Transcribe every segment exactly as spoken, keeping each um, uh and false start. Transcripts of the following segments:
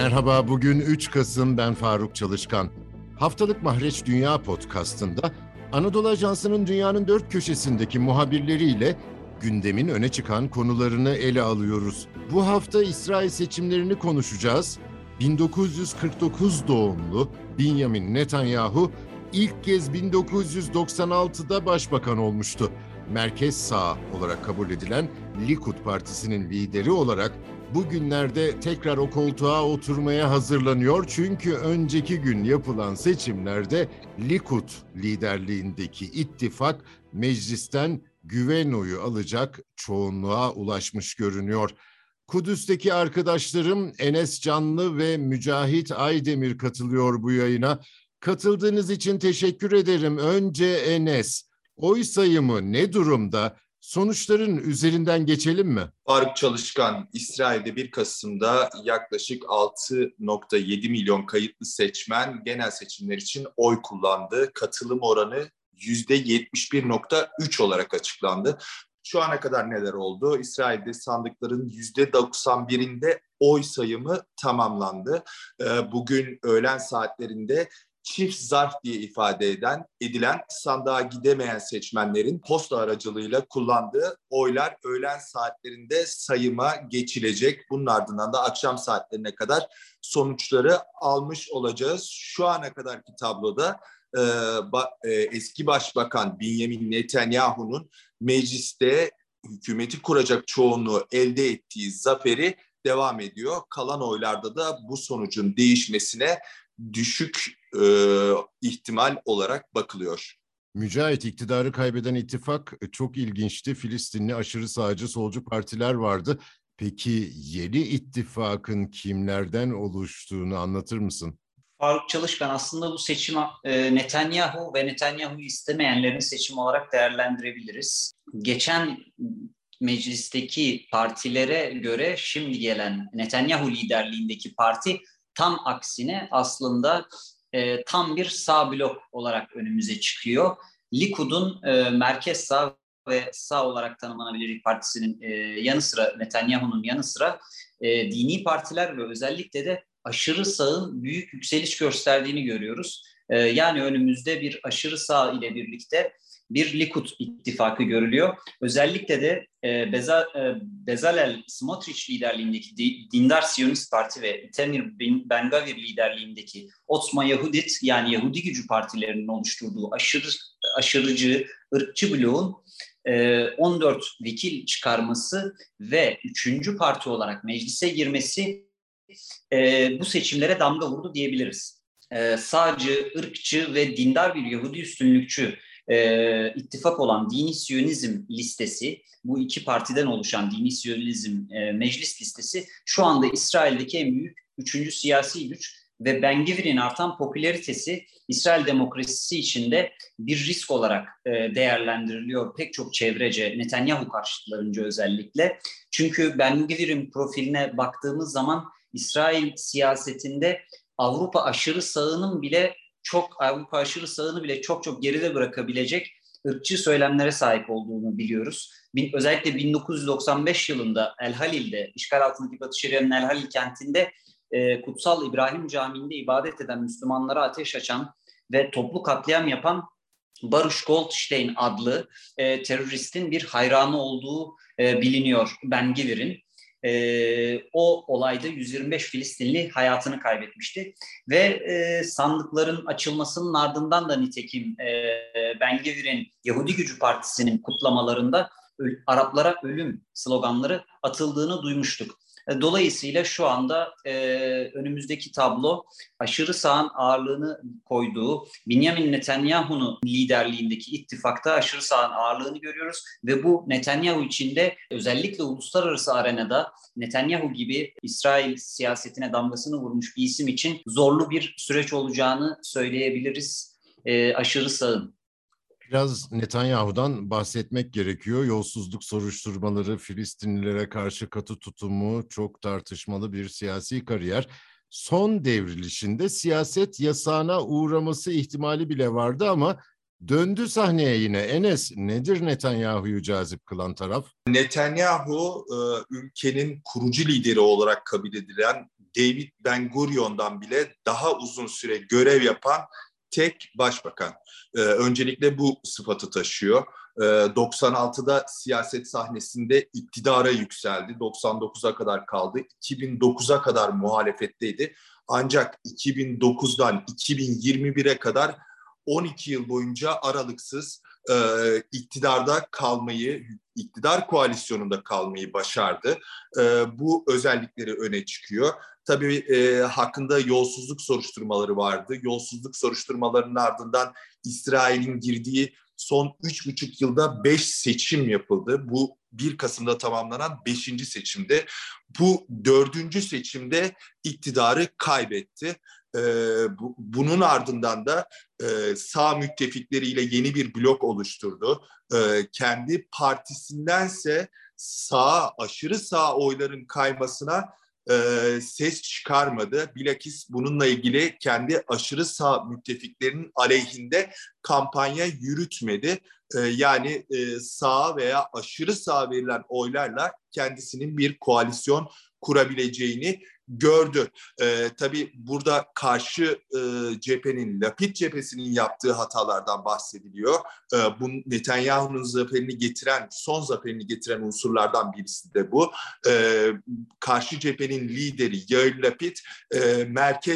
Merhaba, bugün üç Kasım, ben Faruk Çalışkan. Haftalık Mahreç Dünya Podcast'ında Anadolu Ajansı'nın dünyanın dört köşesindeki muhabirleriyle gündemin öne çıkan konularını ele alıyoruz. Bu hafta İsrail seçimlerini konuşacağız. bin dokuz yüz kırk dokuz doğumlu Benjamin Netanyahu ilk kez bin dokuz yüz doksan altıda başbakan olmuştu. Merkez sağ olarak kabul edilen Likud Partisi'nin lideri olarak bugünlerde tekrar o koltuğa oturmaya hazırlanıyor. Çünkü önceki gün yapılan seçimlerde Likud liderliğindeki ittifak meclisten güven oyu alacak çoğunluğa ulaşmış görünüyor. Kudüs'teki arkadaşlarım Enes Canlı ve Mücahit Aydemir katılıyor bu yayına. Katıldığınız için teşekkür ederim. Önce Enes, oy sayımı ne durumda? Sonuçların üzerinden geçelim mi? Faruk Çalışkan, İsrail'de bir Kasım'da yaklaşık altı virgül yedi milyon kayıtlı seçmen genel seçimler için oy kullandı. Katılım oranı yüzde yetmiş bir virgül üç olarak açıklandı. Şu ana kadar neler oldu? İsrail'de sandıkların yüzde doksan birinde oy sayımı tamamlandı. Bugün öğlen saatlerinde çift zarf diye ifade eden, edilen sandığa gidemeyen seçmenlerin posta aracılığıyla kullandığı oylar öğlen saatlerinde sayıma geçilecek. Bunun ardından da akşam saatlerine kadar sonuçları almış olacağız. Şu ana kadarki tabloda e, ba, e, eski başbakan Benjamin Netanyahu'nun mecliste hükümeti kuracak çoğunluğu elde ettiği zaferi devam ediyor. Kalan oylarda da bu sonucun değişmesine düşük e, ihtimal olarak bakılıyor. Mücahit, iktidarı kaybeden ittifak çok ilginçti. Filistinli aşırı sağcı solcu partiler vardı. Peki yeni ittifakın kimlerden oluştuğunu anlatır mısın? Faruk Çalışkan, aslında bu seçim e, Netanyahu ve Netanyahu'yu istemeyenlerin seçimi olarak değerlendirebiliriz. Geçen meclisteki partilere göre şimdi gelen Netanyahu liderliğindeki parti tam aksine aslında e, tam bir sağ blok olarak önümüze çıkıyor. Likud'un e, merkez sağ ve sağ olarak tanımlanabilir partisinin e, yanı sıra, Netanyahu'nun yanı sıra e, dini partiler ve özellikle de aşırı sağın büyük yükseliş gösterdiğini görüyoruz. E, yani önümüzde bir aşırı sağ ile birlikte bir Likud ittifakı görülüyor. Özellikle de e, Beza, e, Bezalel Smotrich liderliğindeki Dindar Siyonist Parti ve Itamar Ben-Gvir liderliğindeki Otzma Yehudit, yani Yahudi gücü partilerinin oluşturduğu aşırı aşırıcı, ırkçı bloğun e, on dört vekil çıkarması ve üçüncü parti olarak meclise girmesi e, bu seçimlere damga vurdu diyebiliriz. E, sağcı, ırkçı ve dindar bir Yahudi üstünlükçü E, ittifak olan Dini Siyonizm listesi, bu iki partiden oluşan Dini Siyonizm e, meclis listesi şu anda İsrail'deki en büyük üçüncü siyasi güç ve Ben-Gvir'in artan popülaritesi İsrail demokrasisi içinde bir risk olarak e, değerlendiriliyor pek çok çevrece, Netanyahu karşıtlarınca özellikle. Çünkü Ben-Gvir'in profiline baktığımız zaman İsrail siyasetinde Avrupa aşırı sağının bile çok Avrupa aşırı sağını bile çok çok geride bırakabilecek ırkçı söylemlere sahip olduğunu biliyoruz. Bin, özellikle bin dokuz yüz doksan beş yılında El Halil'de, işgal altındaki Batı Şeria'nın El Halil kentinde e, Kutsal İbrahim Camii'nde ibadet eden Müslümanlara ateş açan ve toplu katliam yapan Baruch Goldstein adlı e, teröristin bir hayranı olduğu e, biliniyor Ben-Gvir'in. Ee, o olayda yüz yirmi beş Filistinli hayatını kaybetmişti ve e, sandıkların açılmasının ardından da nitekim e, Ben-Gvir'in Yahudi Gücü Partisi'nin kutlamalarında ö- Araplara ölüm sloganları atıldığını duymuştuk. E, dolayısıyla şu anda e, önümüzdeki tablo aşırı sağın ağırlığını koyduğu Benjamin Netanyahu'nun liderliğindeki ittifakta aşırı sağın ağırlığını görüyoruz ve bu Netanyahu için de özellikle uluslararası arenada Netanyahu gibi İsrail siyasetine damgasını vurmuş bir isim için zorlu bir süreç olacağını söyleyebiliriz e, aşırı sağın. Biraz Netanyahu'dan bahsetmek gerekiyor. Yolsuzluk soruşturmaları, Filistinlilere karşı katı tutumu, çok tartışmalı bir siyasi kariyer. Son devrilişinde siyaset yasağına uğraması ihtimali bile vardı ama döndü sahneye yine. Enes, nedir Netanyahu'yu cazip kılan taraf? Netanyahu ülkenin kurucu lideri olarak kabul edilen David Ben Gurion'dan bile daha uzun süre görev yapan tek başbakan. Ee, öncelikle bu sıfatı taşıyor. Ee, doksan altıda siyaset sahnesinde iktidara yükseldi. doksan dokuza kadar kaldı. iki bin dokuza kadar muhalefetteydi. Ancak iki bin dokuzdan iki bin yirmi bire kadar on iki yıl boyunca aralıksız e, iktidarda kalmayı, iktidar koalisyonunda kalmayı başardı. E, bu özellikleri öne çıkıyor. Tabii e, hakkında yolsuzluk soruşturmaları vardı. Yolsuzluk soruşturmalarının ardından İsrail'in girdiği son üç buçuk yılda beş seçim yapıldı. Bu bir Kasım'da tamamlanan beşinci seçimde. Bu dördüncü seçimde iktidarı kaybetti. Ee, bu, bunun ardından da e, sağ müttefikleriyle yeni bir blok oluşturdu. Ee, kendi partisindense sağ, aşırı sağ oyların kaymasına e, ses çıkarmadı. Bilakis bununla ilgili kendi aşırı sağ müttefiklerinin aleyhinde kampanya yürütmedi. E, yani e, sağ veya aşırı sağ verilen oylarla kendisinin bir koalisyon kurabileceğini gördü. Ee, tabii burada karşı e, cephenin, Lapid cephesinin yaptığı hatalardan bahsediliyor. Ee, bu Netanyahu'nun zaferini getiren, son zaferini getiren unsurlardan birisi de bu. Ee, karşı cephenin lideri Yair Lapid e,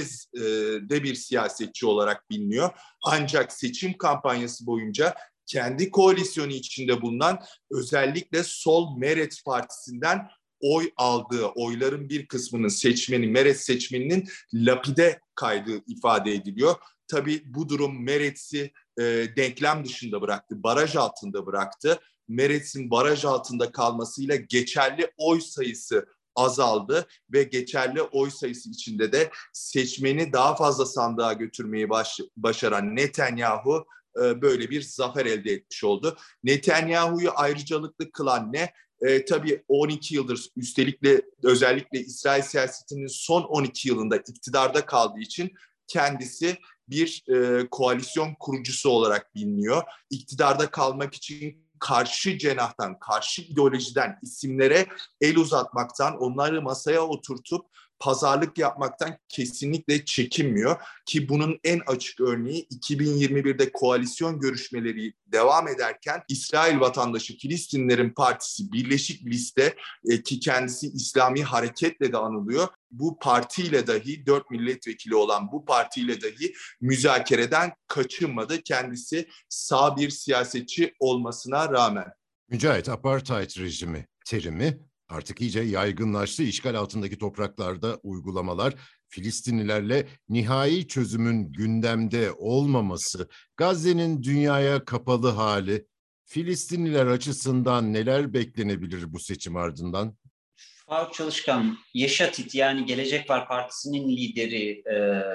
merkezde bir siyasetçi olarak biliniyor. Ancak seçim kampanyası boyunca kendi koalisyonu içinde bulunan özellikle Sol Meretz Partisi'nden oy aldığı, oyların bir kısmının seçmeni, Meretz seçmeninin Lapid'e kaydığı ifade ediliyor. Tabii bu durum Meretz'i e, denklem dışında bıraktı, baraj altında bıraktı. Meretz'in baraj altında kalmasıyla geçerli oy sayısı azaldı ve geçerli oy sayısı içinde de seçmeni daha fazla sandığa götürmeyi baş, başaran Netanyahu e, böyle bir zafer elde etmiş oldu. Netanyahu'yu ayrıcalıklı kılan ne? E, tabii on iki yıldır, üstelik de özellikle İsrail siyasetinin son on iki yılında iktidarda kaldığı için kendisi bir e, koalisyon kurucusu olarak biliniyor. İktidarda kalmak için karşı cenahtan, karşı ideolojiden isimlere el uzatmaktan, onları masaya oturtup pazarlık yapmaktan kesinlikle çekinmiyor. Ki bunun en açık örneği iki bin yirmi birde koalisyon görüşmeleri devam ederken İsrail vatandaşı Filistinlilerin Partisi Birleşik Liste e, ki kendisi İslami Hareket'le de anılıyor. Bu partiyle dahi, dört milletvekili olan bu partiyle dahi müzakereden kaçınmadı. Kendisi sağ bir siyasetçi olmasına rağmen. Mücahit, apartheid rejimi terimi artık iyice yaygınlaştı. İşgal altındaki topraklarda uygulamalar, Filistinlilerle nihai çözümün gündemde olmaması, Gazze'nin dünyaya kapalı hali, Filistinliler açısından neler beklenebilir bu seçim ardından? Faruk Çalışkan, Yeşatit yani Gelecek Var Partisi'nin lideri e,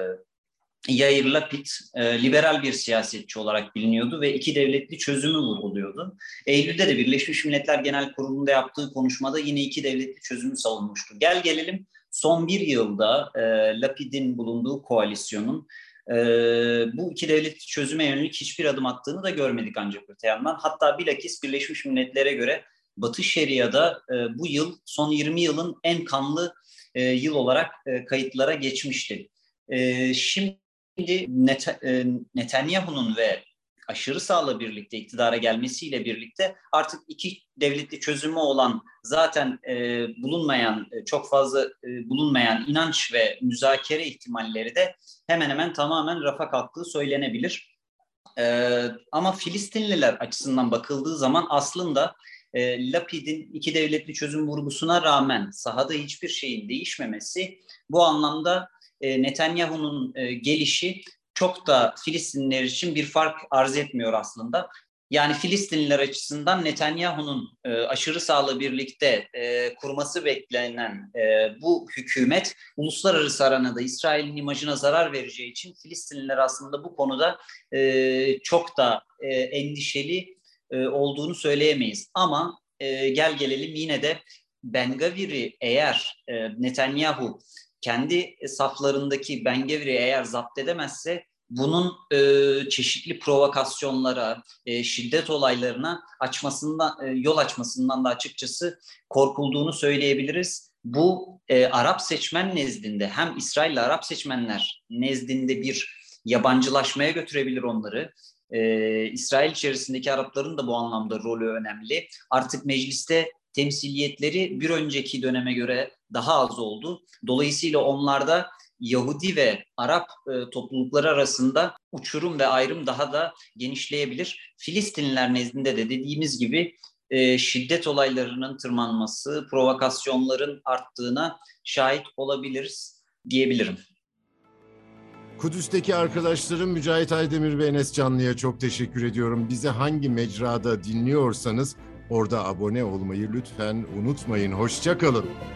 Yair Lapid e, liberal bir siyasetçi olarak biliniyordu ve iki devletli çözümü vurguluyordu. Eylül'de de Birleşmiş Milletler Genel Kurulu'nda yaptığı konuşmada yine iki devletli çözümü savunmuştu. Gel gelelim son bir yılda e, Lapid'in bulunduğu koalisyonun e, bu iki devletli çözüme yönelik hiçbir adım attığını da görmedik ancak öte yandan. Hatta bilakis Birleşmiş Milletler'e göre Batı Şeria'da e, bu yıl son yirmi yılın en kanlı e, yıl olarak e, kayıtlara geçmişti. E, şimdi Net, e, Netanyahu'nun ve aşırı sağla birlikte iktidara gelmesiyle birlikte artık iki devletli çözümü olan zaten e, bulunmayan e, çok fazla e, bulunmayan inanç ve müzakere ihtimalleri de hemen hemen tamamen rafa kalktığı söylenebilir. E, ama Filistinliler açısından bakıldığı zaman aslında e, Lapid'in iki devletli çözüm vurgusuna rağmen sahada hiçbir şeyin değişmemesi bu anlamda Netanyahu'nun gelişi çok da Filistinliler için bir fark arz etmiyor aslında. Yani Filistinliler açısından Netanyahu'nun aşırı sağla birlikte kurması beklenen bu hükümet uluslararası arenada İsrail'in imajına zarar vereceği için Filistinliler aslında bu konuda çok da endişeli olduğunu söyleyemeyiz. Ama gel gelelim yine de Ben Gvir'i eğer Netanyahu kendi saflarındaki Ben Gvir'i eğer zapt edemezse bunun e, çeşitli provokasyonlara, e, şiddet olaylarına açmasından, e, yol açmasından da açıkçası korkulduğunu söyleyebiliriz. Bu e, Arap seçmen nezdinde, hem İsrailli Arap seçmenler nezdinde bir yabancılaşmaya götürebilir onları. Ee, İsrail içerisindeki Arapların da bu anlamda rolü önemli. Artık mecliste temsiliyetleri bir önceki döneme göre daha az oldu. Dolayısıyla onlarda Yahudi ve Arap e, toplulukları arasında uçurum ve ayrım daha da genişleyebilir. Filistinliler nezdinde de dediğimiz gibi e, şiddet olaylarının tırmanması, provokasyonların arttığına şahit olabiliriz diyebilirim. Kudüs'teki arkadaşlarım Mücahit Aydemir ve Enes Canlı'ya çok teşekkür ediyorum. Bizi hangi mecrada dinliyorsanız orada abone olmayı lütfen unutmayın. Hoşça kalın.